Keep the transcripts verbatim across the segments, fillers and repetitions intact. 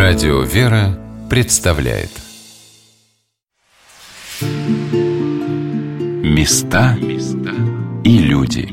Радио «Вера» представляет Места и люди.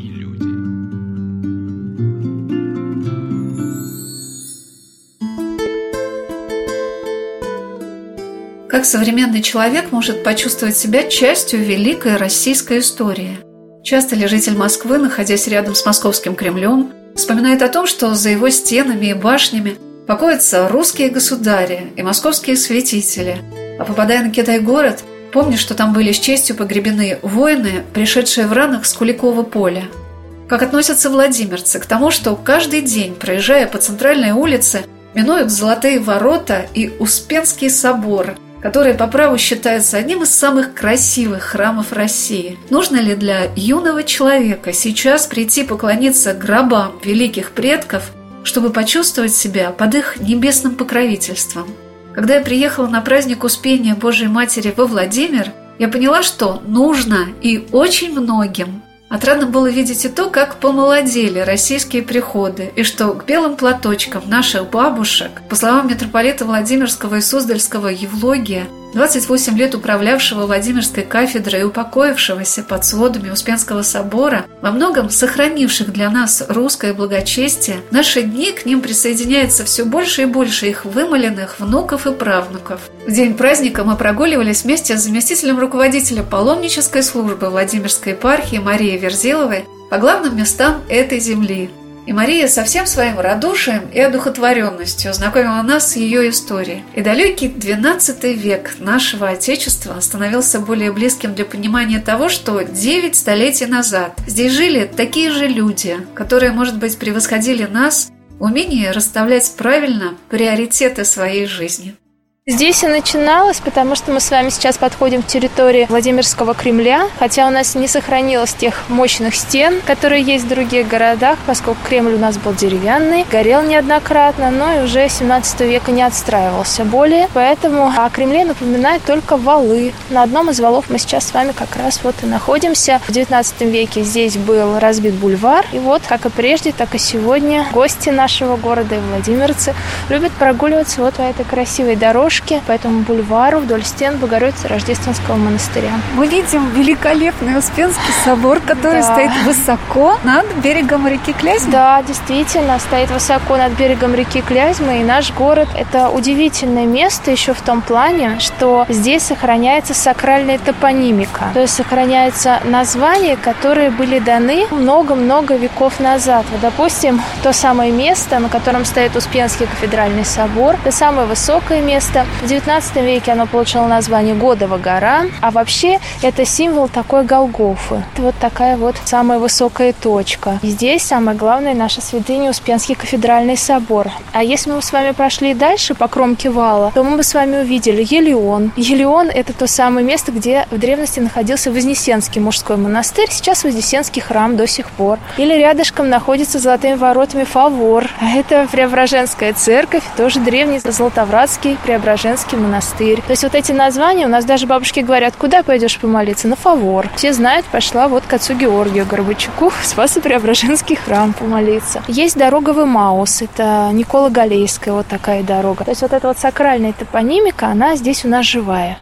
Как современный человек может почувствовать себя частью великой российской истории? Часто ли житель Москвы, находясь рядом с Московским Кремлем, вспоминает о том, что за его стенами и башнями покоятся русские государи и московские святители, а попадая на Китай-город, помни, что там были с честью погребены воины, пришедшие в ранах с Куликова поля. Как относятся владимирцы к тому, что каждый день, проезжая по центральной улице, минуют Золотые ворота и Успенский собор, который по праву считается одним из самых красивых храмов России? Нужно ли для юного человека сейчас прийти поклониться гробам великих предков, чтобы почувствовать себя под их небесным покровительством? Когда я приехала на праздник Успения Божией Матери во Владимир, я поняла, что нужно и очень многим. Отрадно было видеть и то, как помолодели российские приходы, и что к белым платочкам наших бабушек, по словам митрополита Владимирского и Суздальского Евлогия, двадцать восемь лет управлявшего Владимирской кафедрой и упокоившегося под сводами Успенского собора, во многом сохранивших для нас русское благочестие, в наши дни к ним присоединяется все больше и больше их вымоленных внуков и правнуков. В день праздника мы прогуливались вместе с заместителем руководителя паломнической службы Владимирской епархии Марией Верзиловой по главным местам этой земли. И Мария со всем своим радушием и одухотворенностью знакомила нас с ее историей. И далекий двенадцатый век нашего Отечества становился более близким для понимания того, что девять столетий назад здесь жили такие же люди, которые, может быть, превосходили нас в умении расставлять правильно приоритеты своей жизни. Здесь и начиналось, потому что мы с вами сейчас подходим к территории Владимирского Кремля, хотя у нас не сохранилось тех мощных стен, которые есть в других городах, поскольку Кремль у нас был деревянный, горел неоднократно, но и уже семнадцатого века не отстраивался более, поэтому о Кремле напоминают только валы. На одном из валов мы сейчас с вами как раз вот и находимся. В девятнадцатом веке здесь был разбит бульвар, и вот, как и прежде, так и сегодня гости нашего города и владимирцы любят прогуливаться вот по этой красивой дорожке по этому бульвару вдоль стен Богородицы Рождественского монастыря. Мы видим великолепный Успенский собор, который да. стоит высоко над берегом реки Клязьмы. Да, действительно, стоит высоко над берегом реки Клязьмы, и наш город – это удивительное место еще в том плане, что здесь сохраняется сакральная топонимика, то есть сохраняются названия, которые были даны много-много веков назад. Вот, допустим, то самое место, на котором стоит Успенский кафедральный собор, это самое высокое место. В девятнадцатом веке оно получило название Годова гора, а вообще это символ такой Голгофы. Это вот такая вот самая высокая точка. И здесь самое главное наша святыня Успенский кафедральный собор. А если мы с вами прошли дальше по кромке вала, то мы бы с вами увидели Елеон. Елеон – это то самое место, где в древности находился Вознесенский мужской монастырь, сейчас Вознесенский храм до сих пор. Или рядышком находится Золотыми воротами Фавор. А это Преображенская церковь, тоже древний Златовратский Преображенский Преображенский монастырь. То есть вот эти названия, у нас даже бабушки говорят, куда пойдешь помолиться? На Фавор. Все знают, пошла вот к отцу Георгию Горбачуку в Спасо-Преображенский храм помолиться. Есть дорога в Эмаус, это Никола Галейская, вот такая дорога. То есть вот эта вот сакральная топонимика, она здесь у нас живая.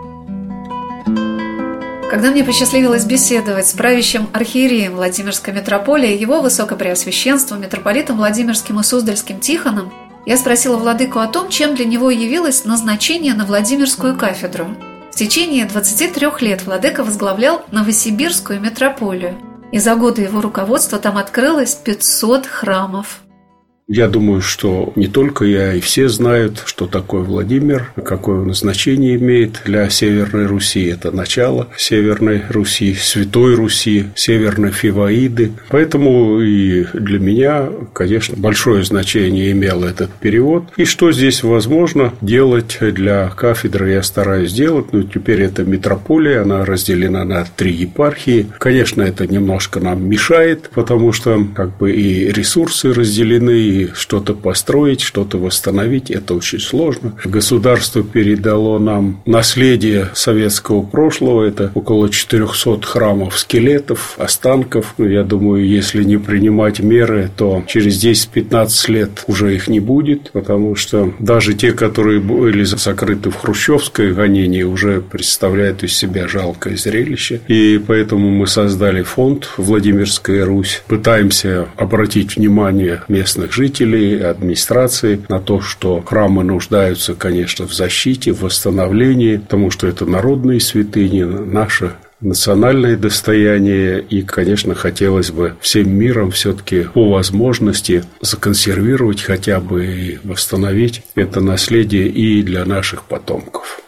Когда мне посчастливилось беседовать с правящим архиереем Владимирской митрополии, его высокопреосвященством, митрополитом Владимирским и Суздальским Тихоном, я спросила владыку о том, чем для него явилось назначение на Владимирскую кафедру. В течение двадцати трёх лет владыка возглавлял Новосибирскую митрополию, и за годы его руководства там открылось пятьсот храмов. Я думаю, что не только я, и все знают, что такое Владимир, какое назначение имеет для Северной Руси. Это начало Северной Руси, Святой Руси, Северной Фиваиды. Поэтому и для меня, конечно, большое значение имел этот перевод. И что здесь возможно делать для кафедры, я стараюсь делать. Но теперь это митрополия, она разделена на три епархии. Конечно, это немножко нам мешает, потому что как бы и ресурсы разделены, и что-то построить, что-то восстановить – это очень сложно. Государство передало нам наследие советского прошлого. Это около четырехсот храмов, скелетов, останков. Ну, я думаю, если не принимать меры, то через десять-пятнадцать лет уже их не будет, потому что даже те, которые были закрыты в хрущевское гонение, уже представляют из себя жалкое зрелище. И поэтому мы создали фонд «Владимирская Русь». Пытаемся обратить внимание местных жителей, администрации на то, что храмы нуждаются, конечно, в защите, в восстановлении, потому что это народные святыни, наши национальное достояние, и, конечно, хотелось бы всем миром все-таки по возможности законсервировать хотя бы и восстановить это наследие и для наших потомков.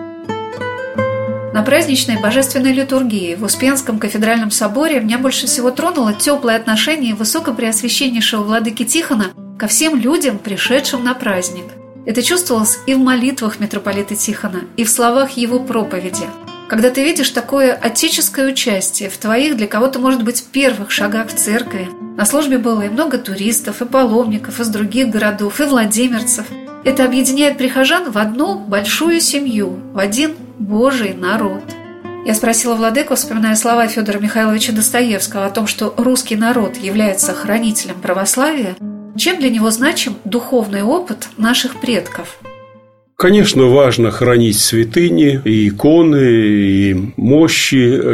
На праздничной божественной литургии в Успенском кафедральном соборе меня больше всего тронуло теплое отношение высокопреосвященнейшего владыки Тихона ко всем людям, пришедшим на праздник. Это чувствовалось и в молитвах митрополита Тихона, и в словах его проповеди. Когда ты видишь такое отеческое участие в твоих, для кого-то, может быть, первых шагах в церкви, на службе было и много туристов, и паломников из других городов, и владимирцев. Это объединяет прихожан в одну большую семью, в один Божий народ. Я спросила владыку, вспоминая слова Федора Михайловича Достоевского о том, что русский народ является хранителем православия, чем для него значим духовный опыт наших предков. Конечно, важно хранить святыни, и иконы, и мощи,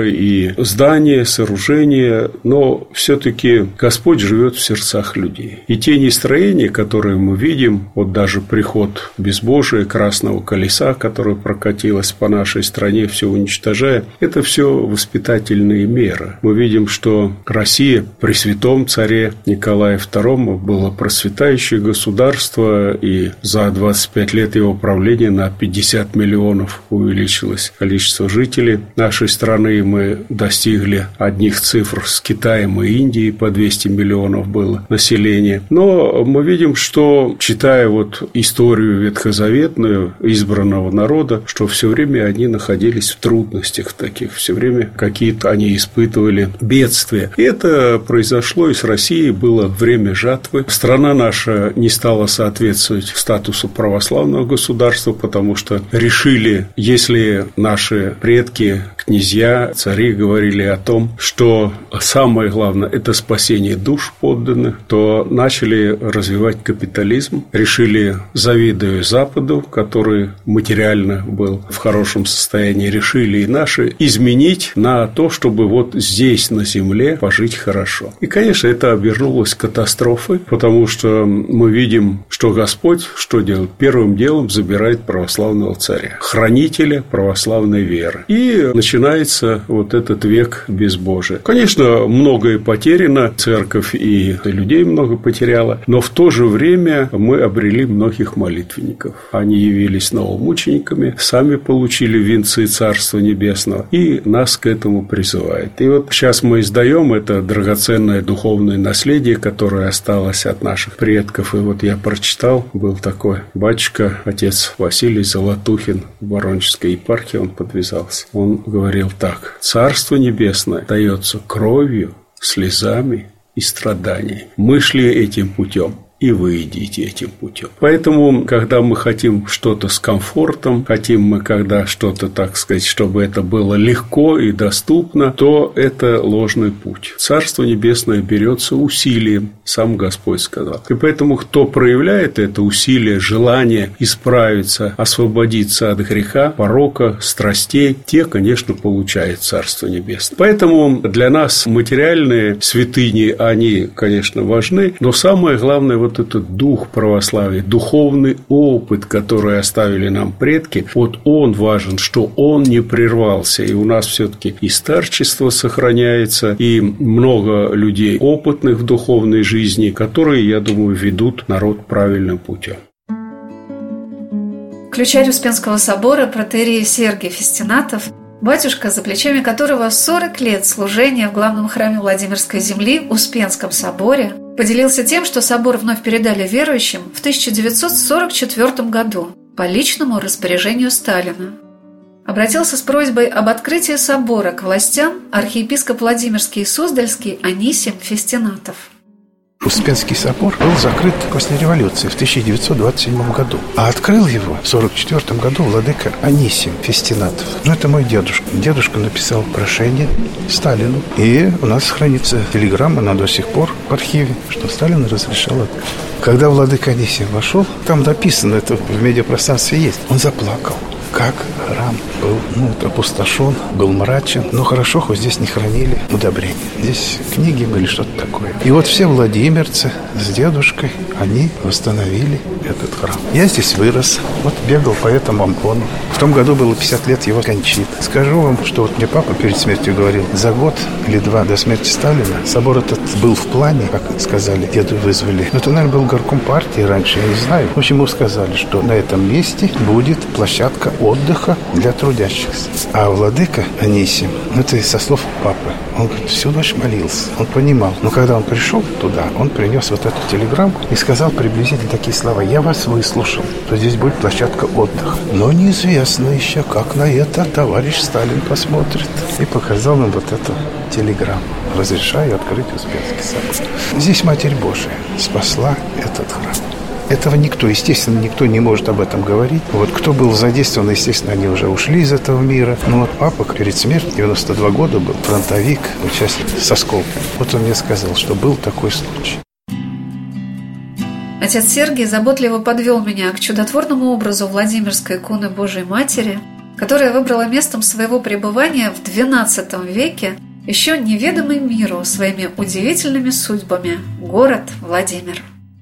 и здания, сооружения, но все-таки Господь живет в сердцах людей. И те нестроения, которые мы видим, вот даже приход безбожия, красного колеса, которое прокатилось по нашей стране, все уничтожая, это все воспитательные меры. Мы видим, что Россия при святом царе Николае втором было процветающее государство, и за двадцать пять лет его правления на пятьдесят миллионов увеличилось количество жителей нашей страны. Мы достигли одних цифр с Китаем и Индией, по двести миллионов было населения. Но мы видим, что, читая вот историю ветхозаветную избранного народа, что все время они находились в трудностях таких, все время какие-то они испытывали бедствия. И это произошло и с Россией, было время жатвы. Страна наша не стала соответствовать статусу православного государства, потому что решили, если наши предки, князья, цари говорили о том, что самое главное – это спасение душ подданных, то начали развивать капитализм, решили, завидуя Западу, который материально был в хорошем состоянии, решили и наши изменить на то, чтобы вот здесь, на земле, пожить хорошо. И, конечно, это обернулось катастрофой, потому что мы видим, что Господь что делает? Первым делом забирает православного царя, хранителя православной веры. И начинается вот этот век безбожия. Конечно, многое потеряно, церковь и людей много потеряла, но в то же время мы обрели многих молитвенников. Они явились новомучениками, сами получили венцы Царства Небесного, и нас к этому призывает. И вот сейчас мы издаем это драгоценное духовное наследие, которое осталось от наших предков. И вот я прочитал, был такой батюшка, отец Василий Золотухин, в Воронежской епархии он подвязался. Он говорил так: «Царство Небесное дается кровью, слезами и страданиями. Мы шли этим путем, и вы идите этим путем». Поэтому, когда мы хотим что-то с комфортом, хотим мы когда что-то, так сказать, чтобы это было легко и доступно, то это ложный путь. Царство Небесное берется усилием, сам Господь сказал. И поэтому, кто проявляет это усилие, желание исправиться, освободиться от греха, порока, страстей, те, конечно, получают Царство Небесное. Поэтому для нас материальные святыни, они, конечно, важны, но самое главное вот этот дух православия, духовный опыт, который оставили нам предки, вот он важен, что он не прервался. И у нас все-таки и старчество сохраняется, и много людей опытных в духовной жизни, которые, я думаю, ведут народ правильным путем. Ключарь Успенского собора протоиерей Сергий Фестинатов, батюшка, за плечами которого сорок лет служения в главном храме Владимирской земли в Успенском соборе, поделился тем, что собор вновь передали верующим в тысяча девятьсот сорок четвёртом году по личному распоряжению Сталина. Обратился с просьбой об открытии собора к властям архиепископ Владимирский и Суздальский Анисим Фестинатов. Успенский собор был закрыт после революции в тысяча девятьсот двадцать седьмом году. А открыл его в сорок четвёртом году владыка Анисим Фестинатов. Ну, это мой дедушка. Дедушка написал прошение Сталину. И у нас хранится телеграмма, она до сих пор в архиве, что Сталин разрешал открыть. Когда владыка Анисим вошел, там написано, это в медиапространстве есть, он заплакал. Как храм был, ну, опустошен, был мрачен. Но хорошо, хоть здесь не хранили удобрения. Здесь книги были, что-то такое. И вот все владимирцы с дедушкой, они восстановили этот храм. Я здесь вырос, вот бегал по этому амбону. В том году было пятьдесят лет его кончины. Скажу вам, что вот мне папа перед смертью говорил, за год или два до смерти Сталина собор этот был в плане, как сказали, деду вызвали. Но это, наверное, был горком партии раньше, я не знаю. В общем, ему сказали, что на этом месте будет площадка отдыха для трудящихся. А владыка Анисим, это со слов папы, он говорит, всю ночь молился. Он понимал. Но когда он пришел туда, он принес вот эту телеграмму и сказал приблизительно такие слова. Я вас выслушал, что здесь будет площадка отдыха. Но неизвестно еще, как на это товарищ Сталин посмотрит. И показал нам вот эту телеграмму. Разрешаю открыть Успенский собор. Здесь Матерь Божия спасла этот храм. Этого никто, естественно, никто не может об этом говорить. Вот кто был задействован, естественно, они уже ушли из этого мира. Но вот папа перед смертью, девяносто два года был, фронтовик, участник с осколками. Вот он мне сказал, что был такой случай. Отец Сергий заботливо подвел меня к чудотворному образу Владимирской иконы Божией Матери, которая выбрала местом своего пребывания в двенадцатом веке еще неведомый миру своими удивительными судьбами город Владимир.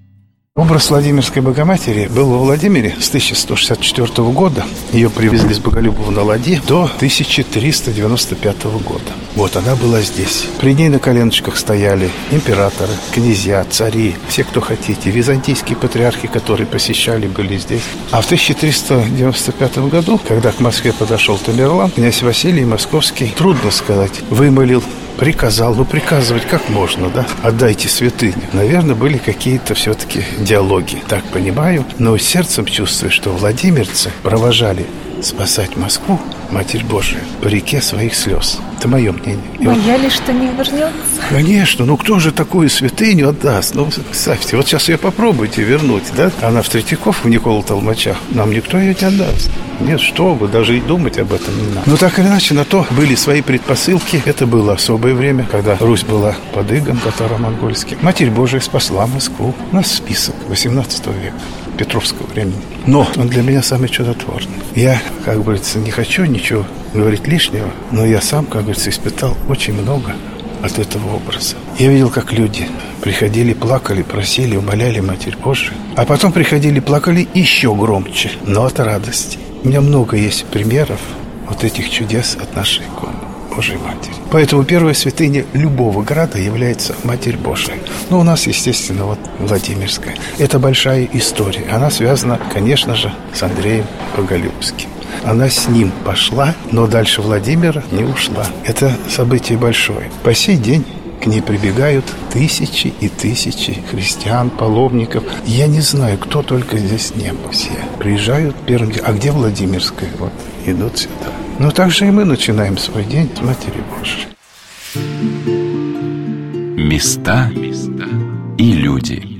Образ Владимирской Богоматери был во Владимире с тысяча сто шестьдесят четвёртого года. Ее привезли с Боголюбова на ладье до тысяча триста девяносто пятого года. Вот она была здесь. При ней на коленочках стояли императоры, князья, цари, все, кто хотите. Византийские патриархи, которые посещали, были здесь. А в тысяча триста девяносто пятом году, когда к Москве подошел Тамерлан, князь Василий Московский, трудно сказать, вымолил, приказал, ну приказывать как можно, да? Отдайте святыню. Наверное, были какие-то все-таки диалоги, так понимаю. Но сердцем чувствую, что владимирцы провожали спасать Москву, Матерь Божия, по реке своих слез. Это мое мнение. Боялись, что не вернется? Конечно, ну кто же такую святыню отдаст? Ну, представьте, вот сейчас ее попробуйте вернуть, да? Она в Третьяков, в Никола Толмачах. Нам никто ее не отдаст. Нет, что вы, даже и думать об этом не надо. Но так или иначе, на то были свои предпосылки. Это было особое время, когда Русь была под игом татаро-монгольским. Матерь Божия спасла Москву. У нас список восемнадцатого века, Петровского времени. Но он для меня самый чудотворный. Я, как говорится, не хочу ничего говорить лишнего, но я сам, как говорится, испытал очень много от этого образа. Я видел, как люди приходили, плакали, просили, умоляли Матерь Божию, а потом приходили, плакали еще громче, но от радости. У меня много есть примеров вот этих чудес от нашей иконы Божией Матери. Поэтому первая святыня любого града является Матерь Божия. Ну, у нас, естественно, вот Владимирская. Это большая история. Она связана, конечно же, с Андреем Боголюбским. Она с ним пошла, но дальше Владимира не ушла. Это событие большое. По сей день к ней прибегают тысячи и тысячи христиан, паломников. Я не знаю, кто только здесь не был. Все приезжают первым делом. А где Владимирская? Вот, идут сюда. Но также и мы начинаем свой день с Матери Божией. Места и люди.